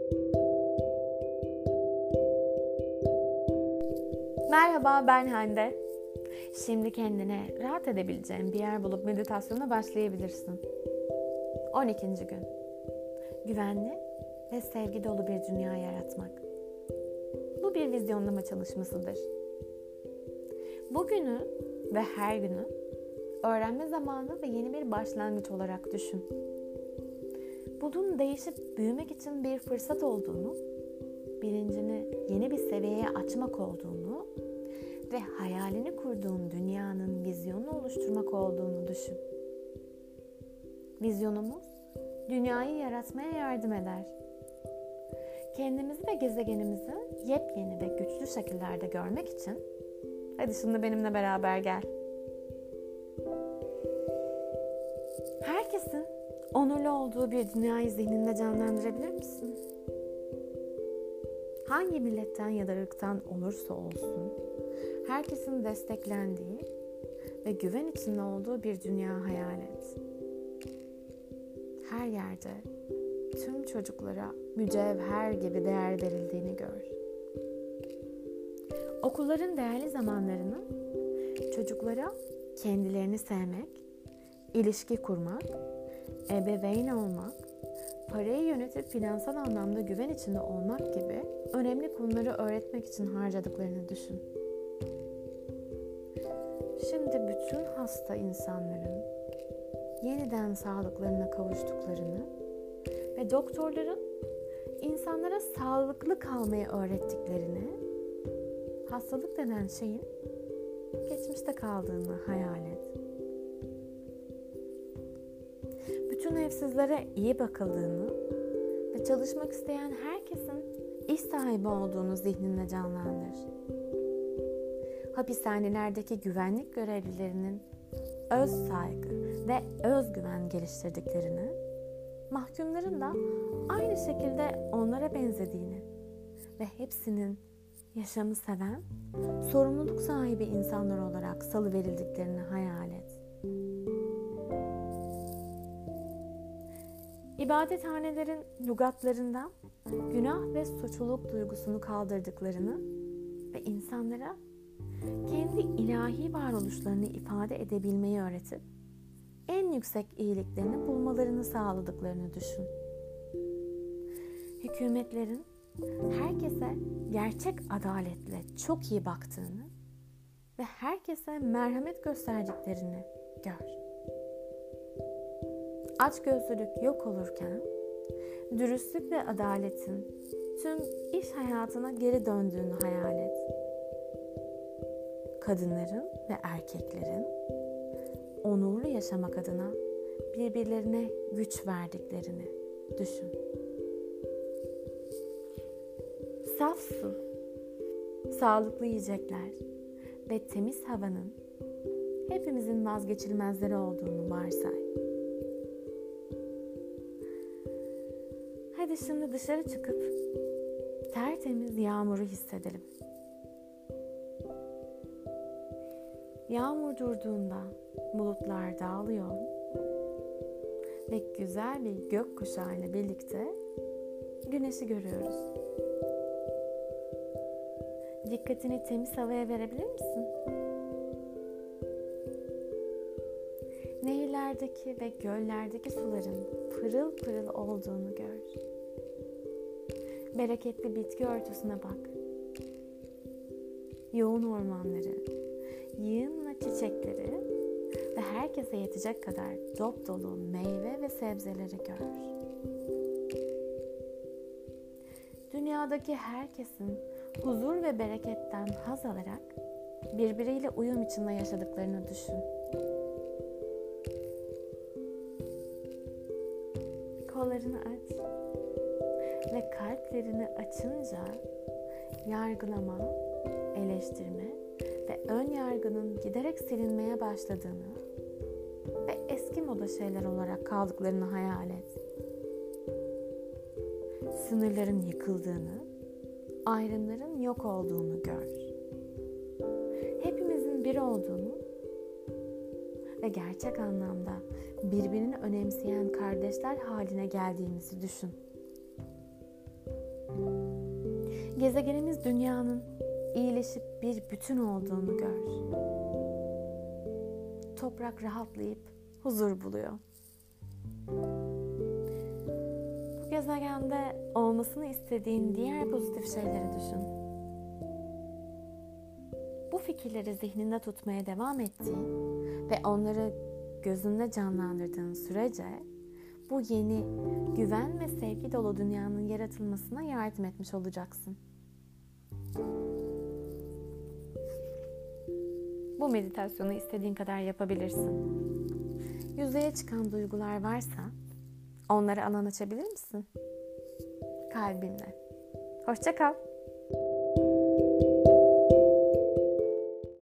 Merhaba, ben Hande. Şimdi kendine rahat edebileceğin bir yer bulup meditasyona başlayabilirsin. 12. gün. Güvenli ve sevgi dolu bir dünya yaratmak. Bu bir vizyonlama çalışmasıdır. Bugünü ve her günü öğrenme zamanı ve yeni bir başlangıç olarak düşün. Bunun değişip büyümek için bir fırsat olduğunu, bilincini yeni bir seviyeye açmak olduğunu ve hayalini kurduğun dünyanın vizyonunu oluşturmak olduğunu düşün. Vizyonumuz, dünyayı yaratmaya yardım eder. Kendimizi ve gezegenimizi yepyeni ve güçlü şekillerde görmek için hadi şimdi benimle beraber gel. Herkesin onurlu olduğu bir dünyayı zihninde canlandırabilir misin? Hangi milletten ya da ırktan olursa olsun, herkesin desteklendiği ve güven içinde olduğu bir dünya hayal et. Her yerde tüm çocuklara mücevher gibi değer verildiğini gör. Okulların değerli zamanlarını çocuklara kendilerini sevmek, ilişki kurmak, ebeveyn olmak, parayı yönetip finansal anlamda güven içinde olmak gibi önemli konuları öğretmek için harcadıklarını düşün. Şimdi bütün hasta insanların yeniden sağlıklarına kavuştuklarını ve doktorların insanlara sağlıklı kalmayı öğrettiklerini, hastalık denen şeyin geçmişte kaldığını hayal et. Bütün evsizlere iyi bakıldığını ve çalışmak isteyen herkesin iş sahibi olduğunu zihninde canlandır. Hapishanelerdeki güvenlik görevlilerinin öz saygı ve özgüven geliştirdiklerini, mahkumların da aynı şekilde onlara benzediğini ve hepsinin yaşamı seven, sorumluluk sahibi insanlar olarak salıverildiklerini hayal et. İbadethanelerin lügatlarından günah ve suçluluk duygusunu kaldırdıklarını ve insanlara kendi ilahi varoluşlarını ifade edebilmeyi öğretip en yüksek iyiliklerini bulmalarını sağladıklarını düşün. Hükümetlerin herkese gerçek adaletle çok iyi baktığını ve herkese merhamet gösterdiklerini gör. Açgözlülük yok olurken, dürüstlük ve adaletin tüm iş hayatına geri döndüğünü hayal et. Kadınların ve erkeklerin onurlu yaşamak adına birbirlerine güç verdiklerini düşün. Saf su, sağlıklı yiyecekler ve temiz havanın hepimizin vazgeçilmezleri olduğunu varsay. Hadi şimdi dışarı çıkıp tertemiz yağmuru hissedelim. Yağmur durduğunda bulutlar dağılıyor ve güzel bir gökkuşağı ile birlikte güneşi görüyoruz. Dikkatini temiz havaya verebilir misin? Nehirlerdeki ve göllerdeki suların pırıl pırıl olduğunu gör. Bereketli bitki örtüsüne bak. Yoğun ormanları, yığınla çiçekleri ve herkese yetecek kadar dop dolu meyve ve sebzeleri gör. Dünyadaki herkesin huzur ve bereketten haz alarak birbiriyle uyum içinde yaşadıklarını düşün. Kollarını aç ve kalplerini açınca yargılama, eleştirme ve ön yargının giderek silinmeye başladığını ve eski moda şeyler olarak kaldıklarını hayal et. Sınırların yıkıldığını, ayrımların yok olduğunu gör. Hepimizin bir olduğunu ve gerçek anlamda birbirini önemseyen kardeşler haline geldiğimizi düşün. Gezegenimiz dünyanın iyileşip bir bütün olduğunu gör. Toprak rahatlayıp huzur buluyor. Bu gezegende olmasını istediğin diğer pozitif şeyleri düşün. Bu fikirleri zihninde tutmaya devam ettiğin ve onları gözünde canlandırdığın sürece bu yeni, güven ve sevgi dolu dünyanın yaratılmasına yardım etmiş olacaksın. Bu meditasyonu istediğin kadar yapabilirsin. Yüzeye çıkan duygular varsa onlara alan açabilir misin? Kalbinle. Hoşça kal.